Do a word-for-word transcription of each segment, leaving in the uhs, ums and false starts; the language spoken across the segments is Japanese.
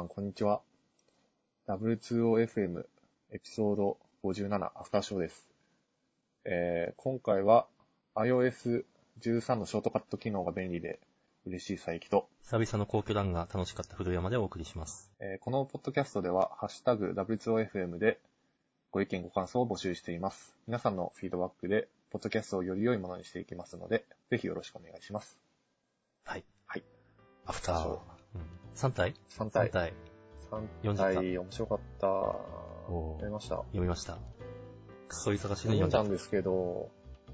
ん、こんにちは。ダブリューツーオーエフエム エピソードごじゅうななアフターショーです。えー、今回は アイオーエスじゅうさん のショートカット機能が便利で嬉しい佐伯と、 久々の皇居ランが楽しかった古山でお送りします。 えー、このポッドキャストでは、ハッシュタグ ダブリューツーオーエフエム でご意見ご感想を募集しています。皆さんのフィードバックで、ポッドキャストをより良いものにしていきますので、ぜひよろしくお願いします。 はい。 はい。 アフター。うん、さん体 ?さん 体。 さん体。 さん体面白かった。読みました。 読みました。くそ忙しいのに読んだんですけど、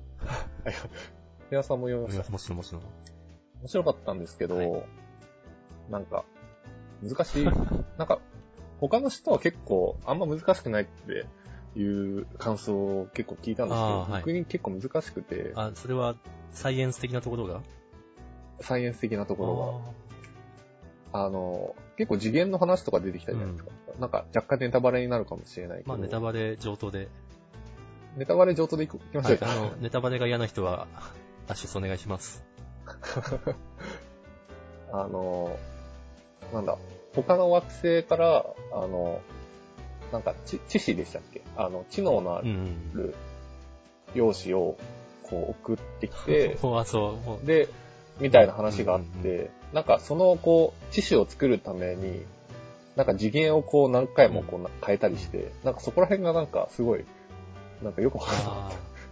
皆さんも読みました。 もちろんもちろん。 面白かったんですけど、はい、なんか、難しい。なんか、他の人は結構、あんま難しくないっていう感想を結構聞いたんですけど、僕に結構難しくて。 あ、それはサイエンス的なところがサイエンス的なところが。あ, あの、結構次元の話とか出てきたじゃないですか。うん、なんか若干ネタバレになるかもしれないけど。 まあネタバレ上等で。 ネタバレ上等でいきましょうか。 はい、あの、ネタバレが嫌な人は、アッシュスお願いします。 あの、なんだ、他の惑星から、あの、なんか、知、知識でしたっけ？あの、知能のある用紙を、こう、送ってきて、 うん、そうで、みたいな話があって、うんうんうん、なんか、その、こう、知識を作るために、なんか次元をこう、何回もこう、変えたりして、うん、なんかそこら辺がなんか、すごい、なんかよくわからなかった。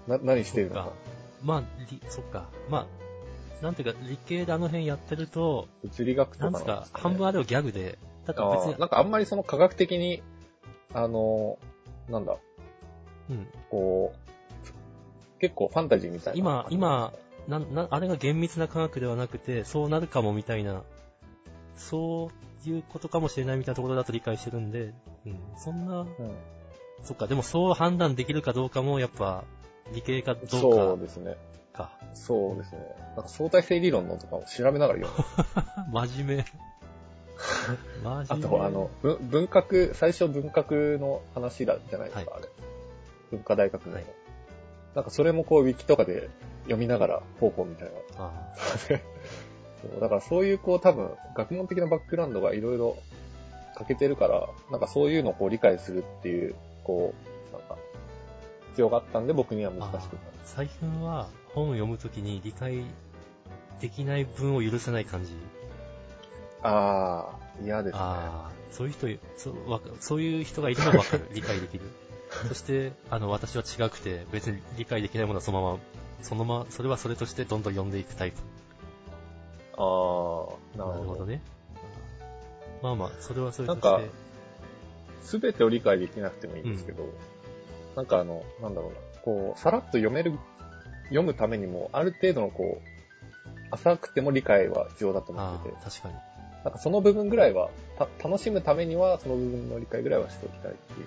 な、何してるのか。 まあ、そっか。まあ、なんていうか、理系であの辺やってると、 物理学とかなんですか、半分あれはギャグで、 だって別に。なんかあんまりその科学的に、あの、なんだ、うん、こう、結構ファンタジーみたいな。 今、今、な、な、あれが厳密な科学ではなくて、そうなるかもみたいな、そういうことかもしれないみたいなところだと理解してるんで、うん、そんな、うん、そっか、でもそう判断できるかどうかも、やっぱ、理系かどうか。 そうですね。 か。 そうですね。なんか相対性理論のとかを調べながら読む。 真面目。 あと、あの、文革、最初文革の話だじゃないですか、はい、あれ。文化大学の、はい。なんかそれもこう、ウィキとかで読みながら、方法みたいな。あそうだからそういうこう、多分、学問的なバックグラウンドがいろいろ欠けてるから、なんかそういうのをこう理解するっていう、こう、なんか、必要があったんで僕には難しくなる。 最近は本を読むときに理解できない文を許せない感じ。 ああ、嫌ですね。 ああ、そういう人、そう、わかそういう人がいるのはわかる。理解できる。そして、あの、私は違くて、別に理解できないものはそのまま、そのまま、それはそれとしてどんどん読んでいくタイプ。 ああ、なるほど。 なるほどね。まあまあ、それはそれとして。 なんか、すべてを理解できなくてもいいんですけど、うん、なんかあの、なんだろうな、こう、さらっと読める、読むためにも、ある程度のこう、浅くても理解は必要だと思ってて。 確かに。 なんかその部分ぐらいは、た楽しむためには、その部分の理解ぐらいはしておきたいっていう。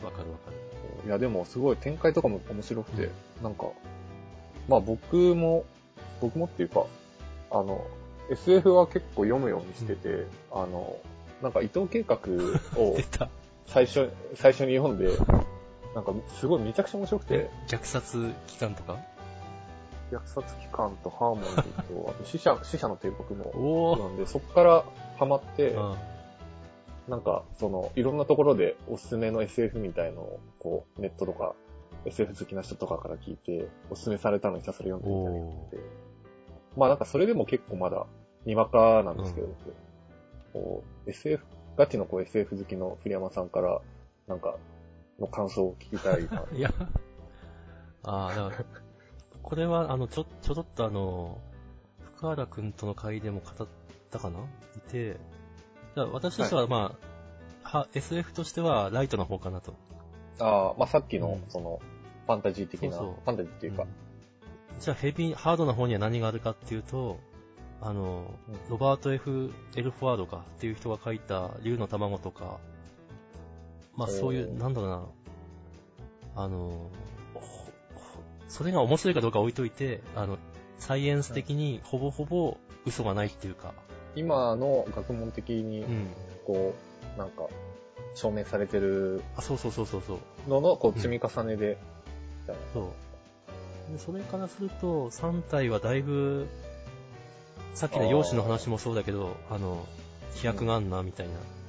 わかるわかる。 いや、でもすごい展開とかも面白くて、うん、なんか、まあ僕も、僕もっていうか、あの、エスエフ は結構読むようにしてて、うん、あの、なんか伊藤計画を最初、最初に読んで、なんかすごいめちゃくちゃ面白くて。 虐殺機関とか虐殺機関とハーモニーと、あと死者、死者の帝国もなんで、そこからハマって、なんか、その、いろんなところでおすすめの エスエフ みたいのを、こう、ネットとか、エスエフ 好きな人とかから聞いて、おすすめされたのにひたすら読んでみたいなって。まあなんかそれでも結構まだ、にわかなんですけど、うん、こう エスエフ、ガチのこう エスエフ 好きの栗山さんから、なんか、の感想を聞きたいな。 いや、ああ、だから、これは、あの、ちょ、ちょろっとあの、福原くんとの会でも語ったかないて、だ私としては、まあ、はい、エスエフ としては、ライトの方かなと。 ああ、まあさっきの、うん、その、ファンタジー的な、そうそうファンタジーっていうか、うん。 じゃあ、ヘビー、ハードな方には何があるかっていうと、あの、うん、ロバート F、エルフワードかっていう人が書いた、竜の卵とか、まあそういう、なんだろうな、あの、それが面白いかどうか置いといて、あの、サイエンス的にほぼほぼ嘘がないっていうか。 今の学問的に、こう、うん、なんか、証明されてる。 あ、そうそうそうそうそう。 のの、こう、積み重ねで、 うん、そうで。それからすると、さん体はだいぶ、さっきの容姿の話もそうだけど、あの、飛躍があんな、みたいな。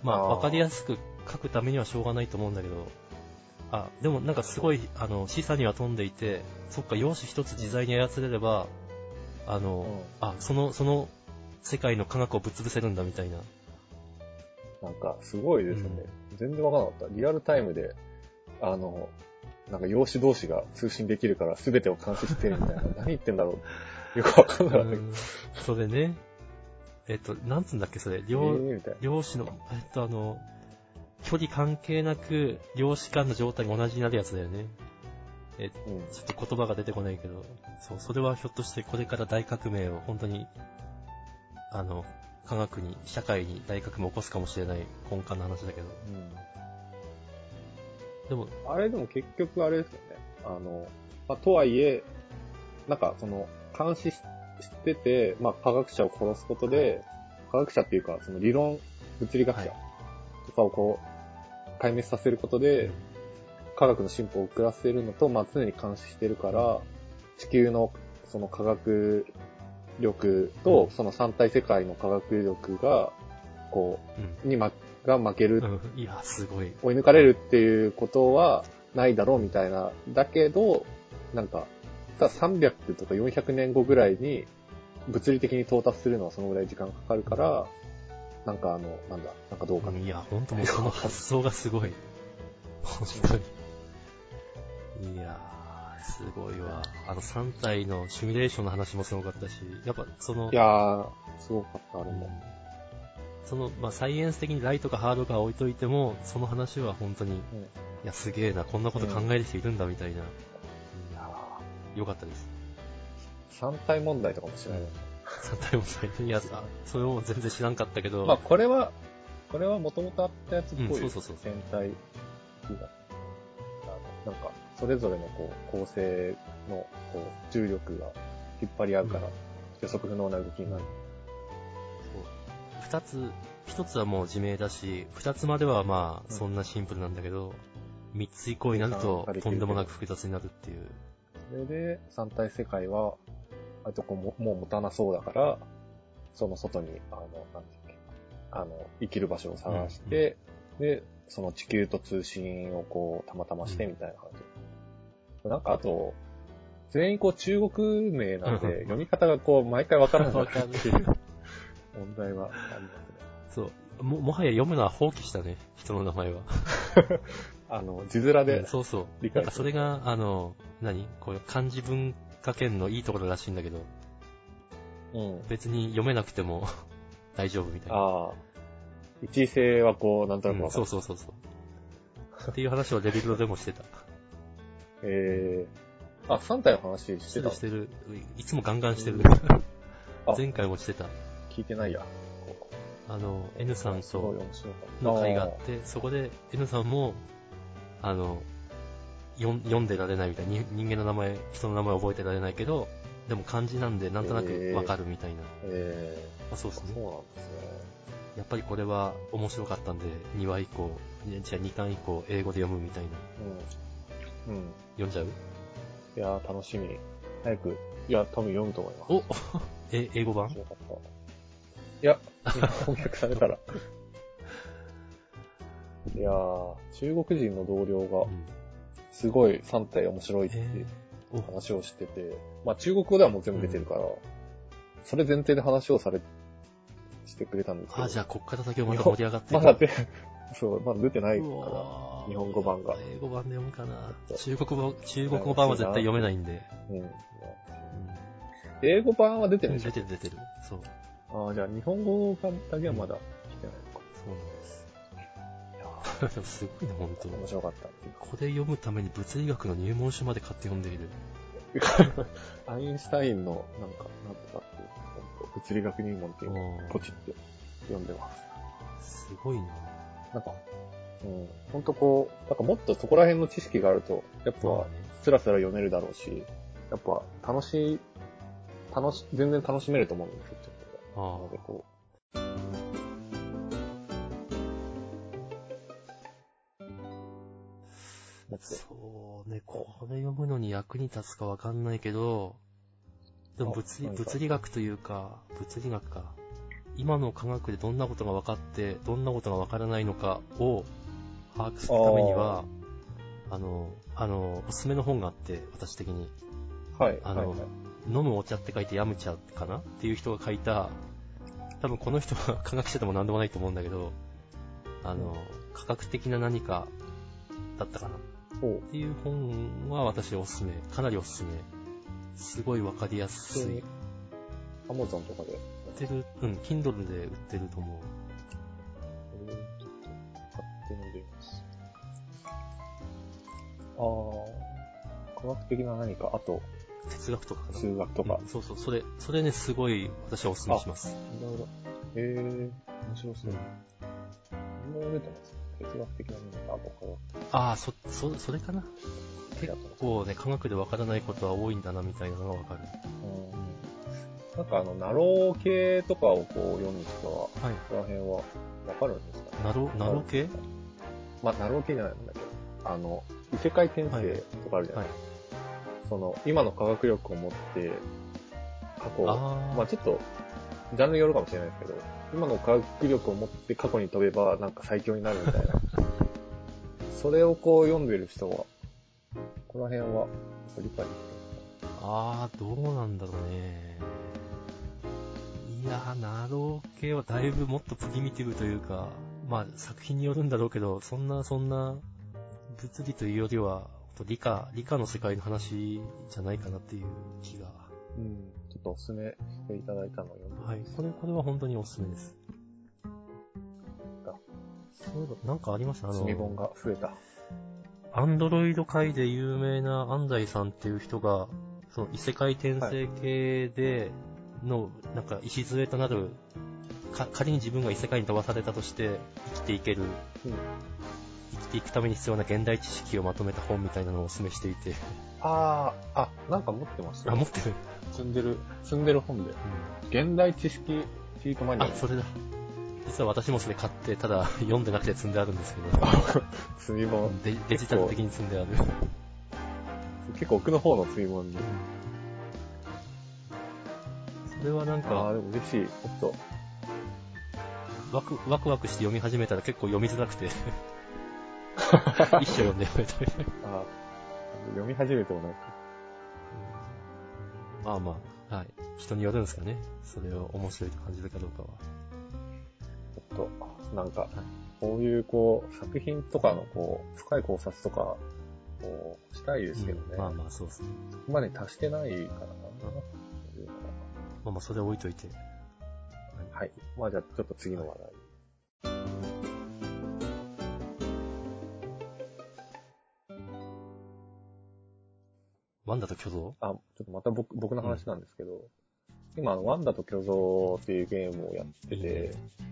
まあ、わかりやすく書くためにはしょうがないと思うんだけど、あ、でもなんかすごい、あの、示唆には飛んでいて、そっか、用紙一つ自在に操れれば、あの、うん、あ、その、その世界の科学をぶっ潰せるんだみたいな。 なんか、すごいですね。うん、全然わからなかった。リアルタイムで、あの、なんか用紙同士が通信できるから全てを監視してるみたいな。何言ってんだろう。よくわかんない。うん、 それね。えっと、なんつうんだっけ、それ。量、えー、量子の、えっと、あの、距離関係なく、量子間の状態が同じになるやつだよね。え、うん、ちょっと言葉が出てこないけど、そう、それはひょっとしてこれから大革命を本当に、あの、科学に、社会に大革命を起こすかもしれない根幹の話だけど。うん、でも、 あれでも結局あれですよね。あの、まあ、とはいえ、なんかその、監視してて、まあ、科学者を殺すことで、はい、科学者っていうか、その理論、物理学者とかをこう、壊滅させることで、うん、科学の進歩を遅らせるのと、まあ、常に監視してるから、地球のその科学力と、その三体世界の科学力が、こう、にま、が負ける。 いや、すごい。 追い抜かれるっていうことはないだろうみたいな。だけど、なんか、たださんびゃくとかよんひゃくねんごぐらいに、物理的に到達するのはそのぐらい時間かかるから、なんかあの、なんだ、なんかどうかな。 いや、ほんともうその発想がすごい。本当に。いやー、すごいわ。あのさん体のシミュレーションの話もすごかったし、やっぱその、 いやー、すごかった、あれも。うん、 その、まあ、サイエンス的にライトかハードか置いといても、その話は本当に、うん、いや、すげえな、こんなこと考える人いるんだ、みたいな。うん、いやー、よかったです。 さん体問題とかも知らない。 さん体問題いや、それも全然知らんかったけど。 まあ、これは、これは元々あったやつっぽい、うん、 そうそうそう。 天体なんか、それぞれのこう、構成のこう重力が引っ張り合うから、予測不能な動きになる。 そう。二つ、一つはもう自明だし、二つまではまあ、そんなシンプルなんだけど、三、うん、つ以降になると、とんでもなく複雑になるっていう。 それで、三体世界は、あとこうも、もう持たなそうだから、その外に、あの、なんだっけ、あの、生きる場所を探して、うんうん、で、その地球と通信をこう、たまたましてみたいな感じ。うん、なんかあと、全員こう中国名なんで、読み方がこう、毎回わからなくなるっていう問題はありますね。 そう。も、もはや読むのは放棄したね、人の名前は。 あの、字面で、うん。 そうそう。なんかそれが、あの、何こう漢字文化圏のいいところらしいんだけど、うん。別に読めなくても大丈夫みたいな。 ああ。一位性はこう、なんとなくわかる、 うん。そうそうそうそう。っていう話をレビューでもしてた。 えー。あ、さん体の話してたしてる、してる。いつもガンガンしてる。前回もしてた。 聞いてないや。 あの、N さんとの会があって、そこで N さんも、あの、読んでられないみたいな、人間の名前、人の名前覚えてられないけど、でも漢字なんでなんとなくわかるみたいな。えー、あ、そうですね。 そうなんですね。 やっぱりこれは面白かったんで、にわ以降、じゃあにかん以降、英語で読むみたいな。うん。うん。読んじゃう？ いやー、楽しみ。早く、いや、多分読むと思います。 おえ、英語版？ 面白かった。いや、翻訳されたら。いやー、中国人の同僚が、すごいさん体面白いって話をしてて、まあ中国語ではもう全部出てるから、うん、それ前提で話をされ、してくれたんですけど。 あ、じゃあこっから先はまた盛り上がってまだ出、そう、まだ出てないから、日本語版が。 英語版で読むかな。中国語、中国語版は絶対読めないんで。うん。うん、 英語版は出てるでしょ？ 出てる出てる。そう。 ああ、じゃあ日本語版だけはまだ来てないのか。 そうなんです。いやすごいね、ほんと。 面白かった。 これ読むために物理学の入門書まで買って読んでいる。 アインシュタインの、なんか、なんとかっていう、物理学入門っていうのをポチって読んでます。 すごいな。 なんか、うん、ほんとこう、なんかもっとそこら辺の知識があると、やっぱ、スラスラ読めるだろうし、やっぱ、楽しい、楽し、全然楽しめると思うんですよ、ちょっと。なのでこう、 そうね、これ読むのに役に立つかわかんないけど、でも物理、物理学というか、物理学か。 今の科学でどんなことが分かって、どんなことが分からないのかを把握するためには、あの、あの、おすすめの本があって、私的に。 はい。 あの、はいはい、飲むお茶って書いてヤムチャかなっていう人が書いた、多分この人は科学者でも何でもないと思うんだけど、あの、科学的な何かだったかなっていう本は私おすすめ。かなりおすすめ。すごいわかりやすい。 アマゾンとかで売ってる、うん、Kindle で売ってると思う。 えー、ちょっと買ってみてみます。あー、科学的な何か、あと、 哲学とかかな。 数学とか、 うん。そうそう、それ、それね、すごい私はおすすめします。 なるほど。へえー、面白そう。今も出てますね。哲学的な何か、あと科学。 ああ、そ、そ、それかな。結構ね、科学でわからないことは多いんだな、みたいなのがわかる。 うん。なんかあの、ナロー系とかをこう読む人は、はい、この辺はわかるんですかね。 ナロ、ナロー系？ まあ、ナロー系じゃないんだけど、あの、異世界転生とかあるじゃないですか。はいはい、その、今の科学力を持って、過去、あまあちょっと、ジャンルによるかもしれないですけど、今の科学力を持って過去に飛べばなんか最強になるみたいな。それをこう読んでる人は、この辺は理解できてる。 あー、どうなんだろうね。いやー、ナロー系はだいぶもっとプリミティブというか、まあ作品によるんだろうけど、そんなそんな物理というよりは、理科、理科の世界の話じゃないかなっていう気が。 うん。ちょっとおすすめしていただいたのを読んでます。 はい。これ、これは本当におすすめです。そういえば、なんかありましたあの、 積み本が増えた。 アンドロイド界で有名な安西さんっていう人が、その異世界転生系での、なんか礎となる、か仮に自分が異世界に飛ばされたとして生きていける、うん、生きていくために必要な現代知識をまとめた本みたいなのをお勧めしていて。 ああ、あ、なんか持ってますよ。 あ、持ってる。 積んでる、積んでる本で。うん、現代知識シートマニュアル。 あ、それだ。実は私もそれ買って、ただ読んでなくて積んであるんですけど。 積み本デ。デジタル的に積んである。 結構奥の方の積み本に。 それはなんか。 ああ、でも嬉しい。ちょっと。 ワク、ワクワクして読み始めたら結構読みづらくて。一緒読んでやめたみたいな。 ああ。読み始めてもなんか。 まあまあ、はい。人によるんですかね。それを面白いと感じるかどうかは。 ちょっと、なんか、はい、こういうこう、作品とかのこう、深い考察とか、こう、したいですけどね。 うん、まあまあ、そうですね。 そこまで達してないからな。うん、 まあまあ、それは置いといて。 はい。まあじゃあ、ちょっと次の話題。はい、 ワンダと巨像？ あ、ちょっとまた僕、僕の話なんですけど、うん、今、あの、ワンダと巨像っていうゲームをやってて、いいね、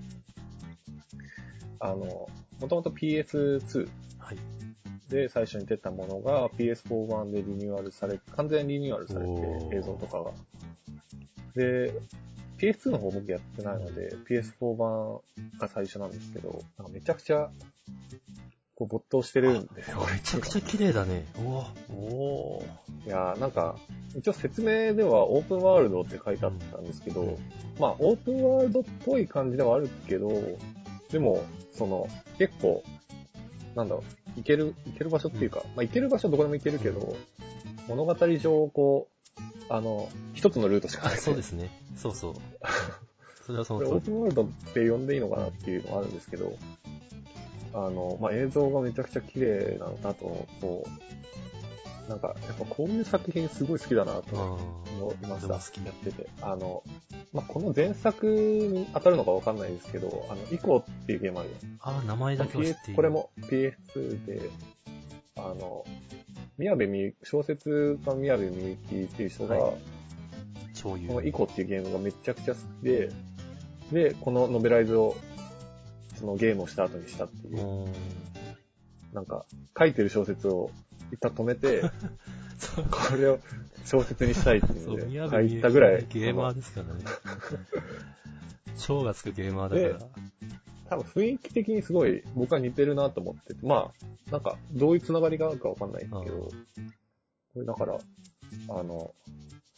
あの、もともと ピーエスツー で最初に出たものが ピーエスフォー 版でリニューアルされ、完全リニューアルされて、映像とかが。で、ピーエスツー の方僕やってないので、ピーエスフォー 版が最初なんですけど、なんかめちゃくちゃ、こう没頭してるんですよ。 めちゃくちゃ綺麗だね。おおいやーなんか、一応説明ではオープンワールドって書いてあったんですけど、うん、まあオープンワールドっぽい感じではあるけど、でも、その、結構、なんだろう、行ける、行ける場所っていうか、うん、まあ行ける場所どこでも行けるけど、うん、物語上、こう、あの、一つのルートしかない。 そうですね。そうそう。それはその通り。 オープンワールドって呼んでいいのかなっていうのがあるんですけど、あの、まあ、映像がめちゃくちゃ綺麗なのだと、こう、なんか、やっぱこういう作品すごい好きだなと思いました。好きやってて。あの、まあ、この前作に当たるのかわかんないですけど、あの、イコっていうゲームあるよ。 ああ、名前だけは知っている。 これも ピーエスツー で、あの、宮部みゆき、小説家宮部みゆきっていう人が、はい、 超有名。 このイコっていうゲームがめちゃくちゃ好きで、で、このノベライズを、そのゲームをした後にしたっていう。なんか、書いてる小説を一旦止めて、これを小説にしたいっていうので、書いたぐらい。 ゲーマーですからね。超がつくゲーマーだから。 多分雰囲気的にすごい僕は似てるなと思ってて、まあ、なんか、どういうつながりがあるかわかんないんですけど、これだから、あの、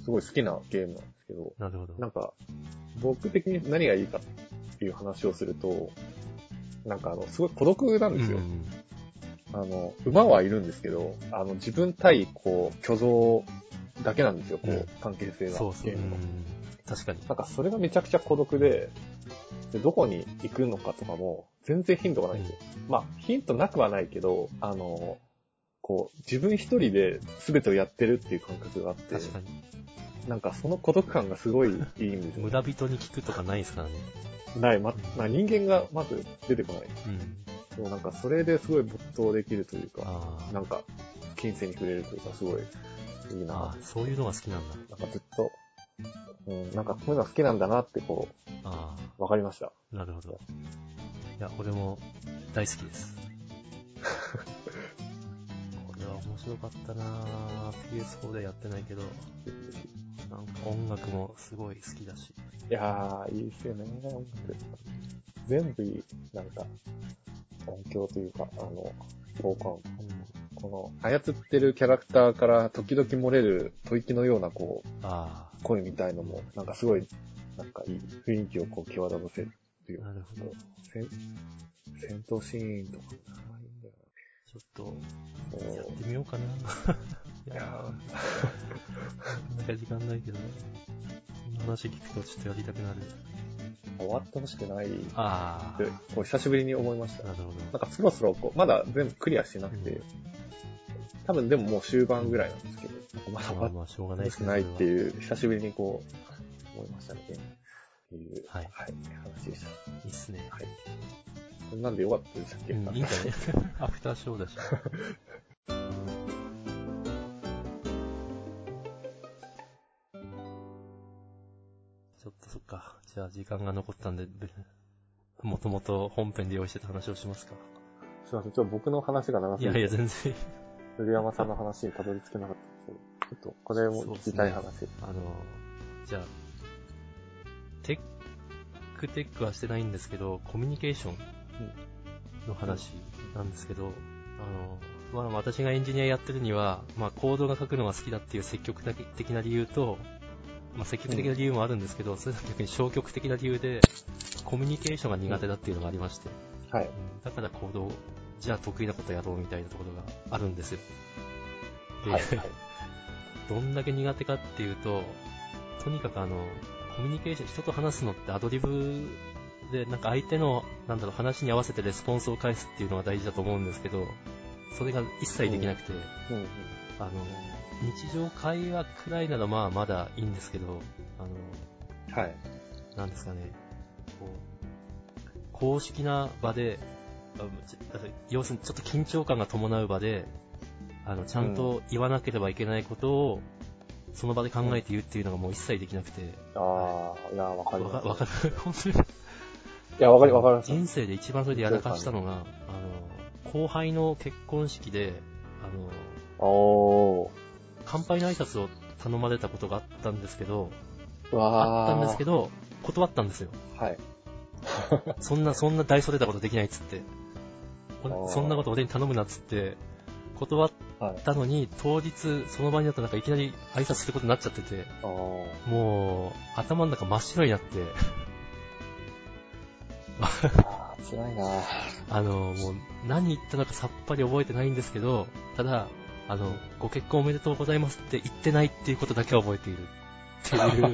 すごい好きなゲームなんですけど、 なるほど。 なんか、僕的に何がいいかっていう話をすると、なんかあの、すごい孤独なんですよ。うん、あの、馬はいるんですけど、あの、自分対、こう、巨像だけなんですよ、こう、うん、関係性が。 そうそう。ゲームの。確かに。 なんかそれがめちゃくちゃ孤独で、で、どこに行くのかとかも、全然ヒントがないんですよ。うん、まあ、ヒントなくはないけど、あの、こう、自分一人で全てをやってるっていう感覚があって、 確かに。 なんかその孤独感がすごいいいんですよ。 村人に聞くとかないですからね。 ない、ま、まあ、人間がまず出てこない。うん。でもなんかそれですごい没頭できるというか、なんか、近世に触れるというか、すごいいいな。 ああ、そういうのが好きなんだ。 なんかずっと、うん、なんかこういうのが好きなんだなってこう、ああ、わかりました。 なるほど。いや、俺も大好きです。これは面白かったなぁ。ピーエスフォー でやってないけど、なんか音楽もすごい好きだし。 いやー、いいですよね、音楽。全部いい。なんか、音響というか、あの、効果音。この、操ってるキャラクターから時々漏れる吐息のような、こう、あ声みたいのも、なんかすごい、なんかいい雰囲気をこう、際立たせるっていう。なるほど。戦、戦闘シーンとか、いいんだよな。 ちょっと、やってみようかな。いやー、なかなか時間ないけど、この話聞くとちょっとやりたくなる。 終わってほしくないって、こう久しぶりに思いました。なるほど。なんかそろそろこう、まだ全部クリアしてなくて、うん、多分でももう終盤ぐらいなんですけど、うん、まだ終わってほしくないっていう、久しぶりにこう、思いましたね。っていう、はい、はい、話でした。 いいっすね。はい。 これなんでよかったでしたっけ？うん、 いいんじゃないアフターショーだし。ちょっとそっか。じゃあ時間が残ったんで、もともと本編で用意してた話をしますか。 すいません、ちょっと僕の話が長すぎて。 いやいや、全然。 古山さんの話にたどり着けなかったんですけど、ちょっとこれも聞きたい話。ね、 あの、じゃあ、テックテックはしてないんですけど、コミュニケーションの話なんですけど、あの、まあ私がエンジニアやってるには、まあコードが書くのが好きだっていう積極的な理由と、まあ積極的な理由もあるんですけど、うん、それと逆に消極的な理由で、コミュニケーションが苦手だっていうのがありまして、はい。うん、だからコードを、じゃあ得意なことやろうみたいなところがあるんですよ。で、はいはい、どんだけ苦手かっていうと、とにかくあの、コミュニケーション、人と話すのってアドリブで、なんか相手の、なんだろう、話に合わせてレスポンスを返すっていうのが大事だと思うんですけど、それが一切できなくて、うんうんうん、あの、日常会話くらいならまあまだいいんですけど、あの、はい。なんですかね、こう、公式な場で、要するにちょっと緊張感が伴う場で、あの、ちゃんと言わなければいけないことを、その場で考えて言うっていうのがもう一切できなくて。 ああ、はい、いや、わかります。 わかる、本当に。いや、わかり、わかります。 人生で一番それでやらかしたのが、あの、後輩の結婚式で、あの、お乾杯の挨拶を頼まれたことがあったんですけど、わあったんですけど、断ったんですよ。はい。そんな、そんな大それたことできないっつって。そんなこと俺に頼むなっつって、断ったのに、はい、当日、その場になったらなんかいきなり挨拶することになっちゃってて、もう、頭の中真っ白になって、 あー辛いなあの、もう、何言ったのかさっぱり覚えてないんですけど、ただ、あの、ご結婚おめでとうございますって言ってないっていうことだけは覚えている。っていう。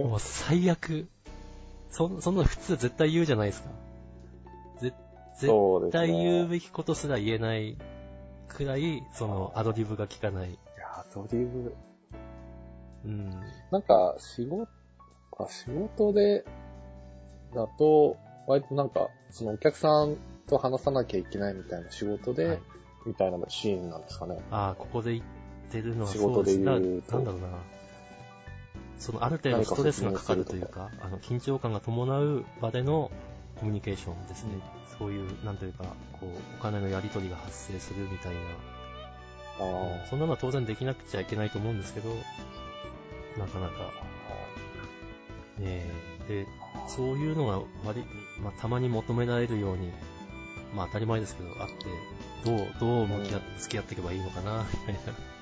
もう最悪。そ、そんなの普通絶対言うじゃないですか。絶絶対言うべきことすら言えないくらい、その、アドリブが効かない。いや、アドリブ。うん。なんか、仕事、仕事で、だと、割となんか、そのお客さんと話さなきゃいけないみたいな仕事で、はい、みたいなシーンなんですかね。 ああ、ここで言ってるのは仕事で言うと。 なんだろうな。その、ある程度ストレスがかかるというか、あの、緊張感が伴う場でのコミュニケーションですね。うん、そういう、なんというか、こう、お金のやり取りが発生するみたいな。あ、そんなのは当然できなくちゃいけないと思うんですけど、なかなか。ねえ、で、そういうのが割、まあ、たまに求められるように、まあ当たり前ですけど、あって、どう、どう向き合って、付き合っていけばいいのかな、みたいな。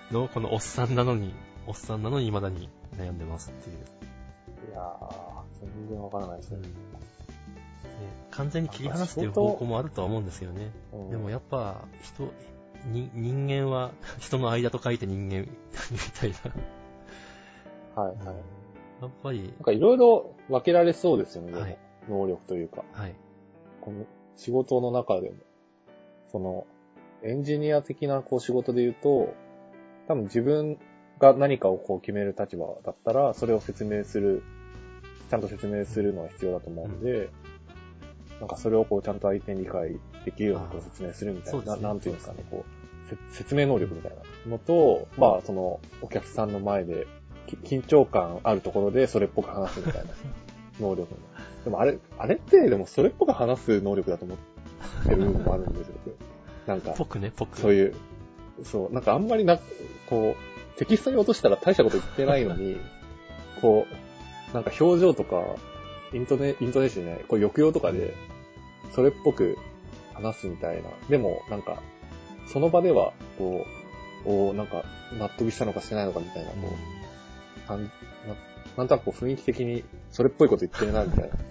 の、このおっさんなのに、おっさんなのに未だに悩んでますっていう。 いやー、全然わからないですね。うん、ね、 完全に切り離すっていう方向もあるとは思うんですよね。うん、でもやっぱ、人、に、人間は、人の間と書いて人間、みたいな。はいはい。 やっぱり。 なんかいろいろ分けられそうですよね、はい、能力というか。 はい。 この仕事の中でも、その、エンジニア的なこう仕事で言うと、多分自分が何かをこう決める立場だったら、それを説明する、ちゃんと説明するのは必要だと思うので、うん、なんかそれをこうちゃんと相手に理解できるようにこう説明するみたいな、ね、な, なんていうんですかね、こう、説明能力みたいなのと、うん、まあその、お客さんの前で、緊張感あるところでそれっぽく話すみたいな能力。でもあれ、あれってでもそれっぽく話す能力だと思ってる部分もあるんですよ。なんか、 ぽくね、ぽく。 そういう、そう、なんかあんまりな、こう、テキストに落としたら大したこと言ってないのに、こう、なんか表情とか、イントネ、イントネーションじゃない、こう抑揚とかで、それっぽく話すみたいな。でも、なんか、その場では、こう、おなんか、納得したのかしてないのかみたいな、こう、うん、な, なんとなくこう雰囲気的に、それっぽいこと言ってるな、みたいな。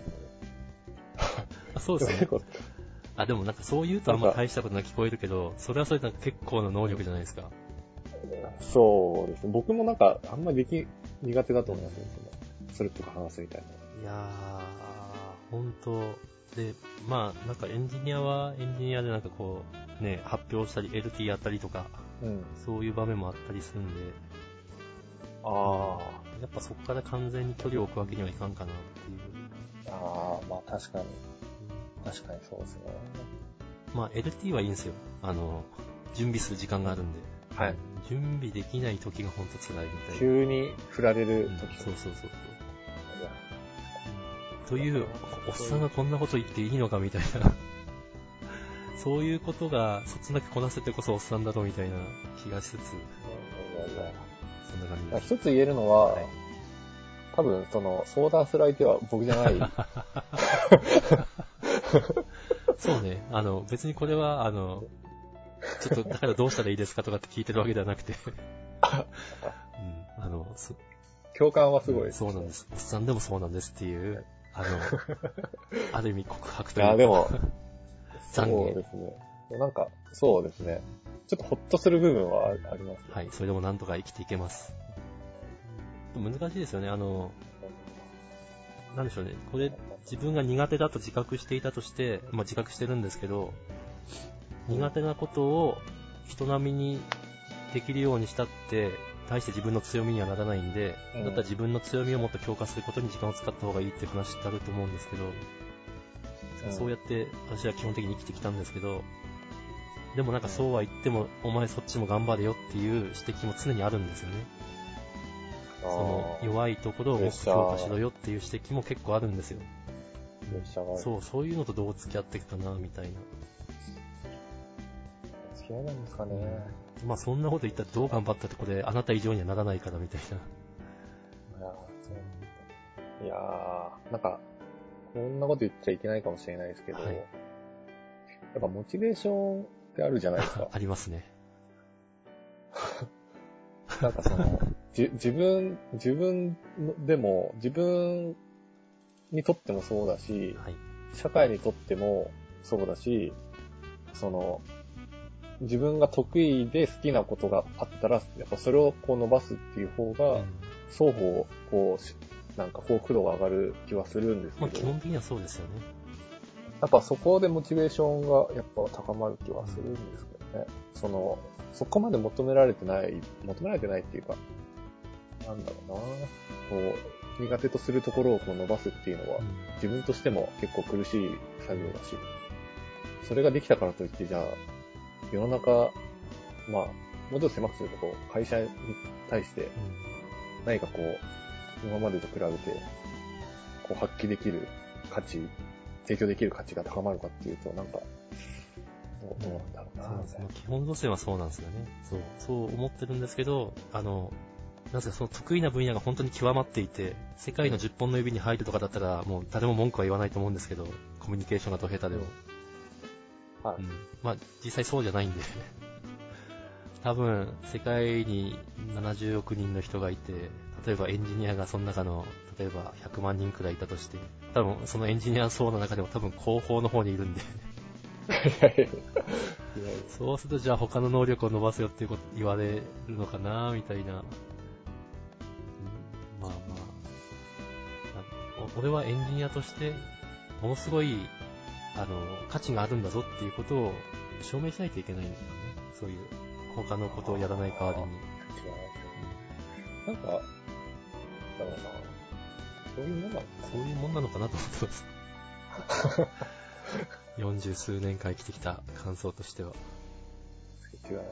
そうですね。あ、でもなんかそう言うとあんま大したことな聞こえるけど、それはそれで結構な能力じゃないですか。 そうですね。僕もなんかあんまりでき、苦手だと思いますね。それっぽく話すみたいな。 いやー、ほんと。で、まあなんかエンジニアはエンジニアでなんかこう、ね、発表したり エルティー やったりとか、うん、そういう場面もあったりするんで、 ああ、やっぱそこから完全に距離を置くわけにはいかんかなっていう。 ああ、まあ確かに。確かにそうですね。 まあ エルティー はいいんですよ。あの、準備する時間があるんで。 はい。 準備できない時がほんと辛いみたいな。 急に振られる時、うん、 そうそうそうそう。という、おっさんがこんなこと言っていいのかみたいな。そういうことが、そつなくこなせてこそおっさんだろうみたいな気がしつつ。いやいやいや。そんな感じです。 一つ言えるのは、はい、多分その相談する相手は僕じゃない。 そうね。あの、別にこれは、あの、ちょっと、だからどうしたらいいですかとかって聞いてるわけではなくて。うん、あの、 共感はすごい、 うん。そうなんです。おっさんでもそうなんですっていう、あの、ある意味告白というか。 いや、でも、 懺悔。 そうですね。なんか、そうですね。ちょっとほっとする部分はあります、ね。 はい。それでもなんとか生きていけます。難しいですよね。あの、なんでしょうね。これ、自分が苦手だと自覚していたとして、まあ自覚してるんですけど、苦手なことを人並みにできるようにしたって、対して自分の強みにはならないんで、うん、だったら自分の強みをもっと強化することに時間を使った方がいいっていう話ってあると思うんですけど、うん、そうやって私は基本的に生きてきたんですけど、でもなんかそうは言っても、お前そっちも頑張れよっていう指摘も常にあるんですよね。その弱いところをもっと強化しろよっていう指摘も結構あるんですよ。そう、そういうのとどう付き合っていくかな、みたいな。 付き合いなんですかね。 まあそんなこと言ったらどう頑張ったってこれあなた以上にはならないからみたいな。 いやー、いやーなんか、こんなこと言っちゃいけないかもしれないですけど、はい、やっぱモチベーションってあるじゃないですか。 ありますね。 なんかその、じ、自分、自分でも、自分にとってもそうだし、はい、社会にとってもそうだし、その、自分が得意で好きなことがあったら、やっぱそれをこう伸ばすっていう方が、うん、双方、こう、なんか幸福度が上がる気はするんですけど。 まあ基本的にはそうですよね。 やっぱそこでモチベーションがやっぱ高まる気はするんですけどね。うん、その、そこまで求められてない、求められてないっていうか、なんだろうな、こう、苦手とするところをこう伸ばすっていうのは、うん、自分としても結構苦しい作業だし、それができたからといって、じゃあ、世の中、まあ、もうちょっと狭くすると、こう、会社に対して、何かこう、今までと比べて、こう、発揮できる価値、提供できる価値が高まるかっていうと、なんか、どう、どうなんだろうな。 そうですね。基本路線はそうなんですよね。そう、そう思ってるんですけど、あの、なぜその得意な分野が本当に極まっていて、世界のじゅっぽんの指に入るとかだったら、もう誰も文句は言わないと思うんですけど、コミュニケーションがど下手でも。 はい。 うん。まあ、実際そうじゃないんで。 多分、世界にななじゅうおく人の人がいて、例えばエンジニアがその中の、例えばひゃくまん人くらいいたとして、多分そのエンジニア層の中でも多分後方の方にいるんで。そうするとじゃあ他の能力を伸ばすよっていうこと言われるのかなみたいな。うん、まあまあ。俺はエンジニアとして、ものすごい、あの、価値があるんだぞっていうことを証明しないといけないんだよね。そういう、他のことをやらない代わりに。 なんか、なんだろうな。そういうもんなのかな。 そういうもんなのかなと思ってます。よんじゅう数年間生きてきた感想としては。 違うね。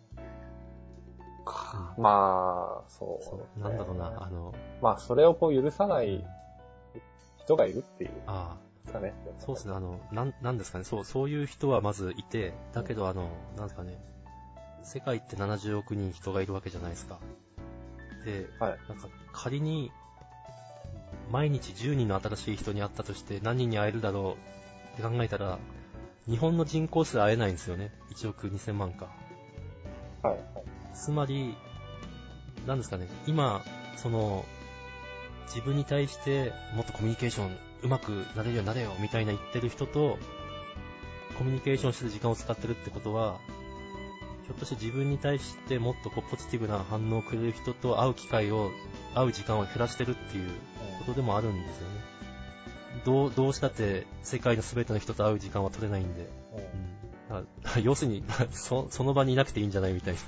まあ、そう、 そう。なんだろうな、あの。 まあ、それをこう許さない人がいるっていう。 ああ。かね。 そうですね、あの、なん、なんですかね、そう、そういう人はまずいて、だけどあの、なんですかね、世界ってななじゅうおく人人がいるわけじゃないですか。で、はい、なんか仮に、毎日じゅうにんの新しい人に会ったとして何人に会えるだろうって考えたら、日本の人口数会えないんですよね。いちおくにせんまんか。 はい、はい。 つまり、なんですかね、今、その、自分に対してもっとコミュニケーション上手くなれるようになれよみたいな言ってる人と、コミュニケーションしてる時間を使ってるってことは、ひょっとして自分に対してもっとこうポジティブな反応をくれる人と会う機会を、会う時間を減らしてるっていうことでもあるんですよね。どう、どうしたって世界の全ての人と会う時間は取れないんで。うん、だ要するにそ、その場にいなくていいんじゃないみたいな。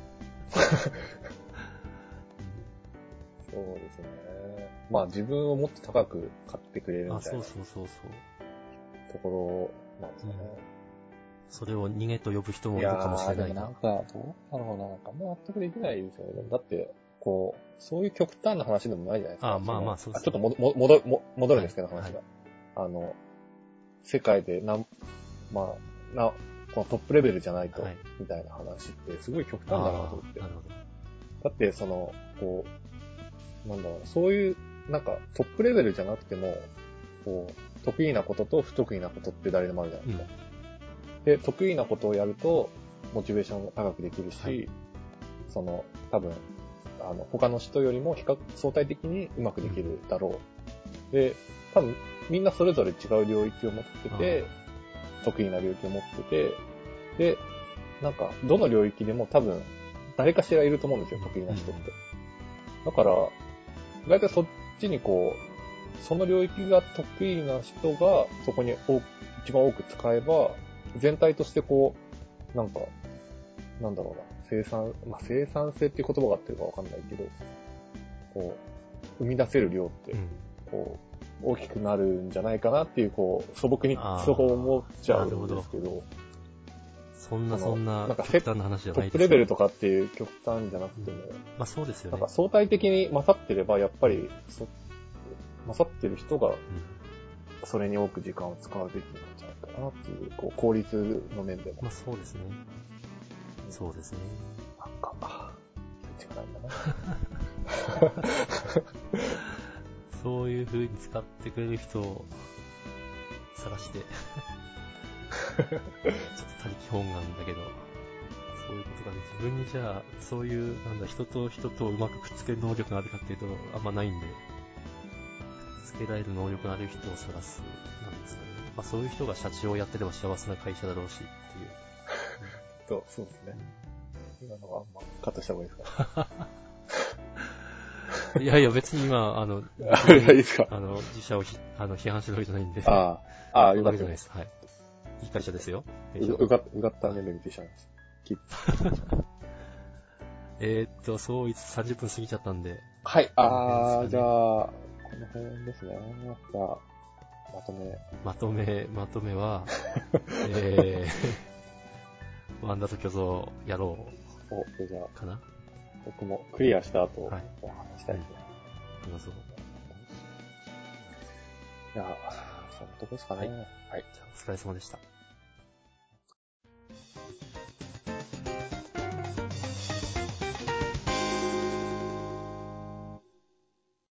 そうですね。まあ自分をもっと高く買ってくれるみたいな。あ、 そうそうそうそう。 ところなんですよね。うん、 それを逃げと呼ぶ人もいるかもしれないな。なんか、どうだろうな。なんかもう納得できないですよね。だって、こう、そういう極端な話でもないじゃないですか。 あ、まあまあそうです、 ね。ちょっともも戻も戻るんですけど、はい、話が、はい。あの、世界でなん、まあ、な、このトップレベルじゃないと、はい、みたいな話ってすごい極端だなと思って。なるほど。だって、その、こう、なんだろうな、そういう、なんかトップレベルじゃなくても、こう、得意なことと不得意なことって誰でもあるじゃないですか。うん、で、得意なことをやると、モチベーションが高くできるし、はい、その、多分、あの、他の人よりも比較、相対的にうまくできるだろう。で、多分、みんなそれぞれ違う領域を持ってて、得意な領域を持ってて、で、なんか、どの領域でも多分、誰かしらいると思うんですよ、得意な人って。だから、だいたいそっちにこう、その領域が得意な人が、そこに一番多く使えば、全体としてこう、なんか、なんだろうな、生産、まあ、生産性っていう言葉があってるかわかんないけど、こう、生み出せる量って、こう、大きくなるんじゃないかなっていう、こう、素朴にそう思っちゃうんですけど、 そんなそんな極端な話じゃないですね。トップレベルとかっていう極端じゃなくても、うん、 まあそうですよね。 なんか相対的に勝ってれば、やっぱり、そ勝ってる人が、それに多く時間を使うべきなんじゃないかなっていう、こう、効率の面でも。 まあそうですね。そうですね。 なんか、気持ちがないんだな。 そういう風に使ってくれる人を探して。ちょっと他力本願だけど、そういうことがね、自分にじゃあ、そういう、なんだ、人と人とうまくくっつける能力があるかっていうと、あんまないんで、くっつけられる能力がある人を探す、なんですかね。まあそういう人が社長をやってれば幸せな会社だろうしっていう。 そう、そうですね。今のはあんまカットした方がいいですかいやいや、別に今、あの、 いいですかあの、自社をひあの批判してるわけじゃないんで。 ああ、ああ、よかった。 じゃないです。はい。いい会社ですよ。 うが、うがった目で見てしまいます。 えっと、そう、いつさんじゅっぷん過ぎちゃったんで。 はい、ああ、ね、じゃあ、この辺ですね。じゃあ、まとめ。 まとめ、まとめは、えー、ワンダと巨像やろう。 お、それじゃあ、 かな僕もクリアした後、はい、お話したいですね。 どうぞ。 じゃあ、そんなとこですかね。はい。 はい、じゃあ、お疲れ様でした。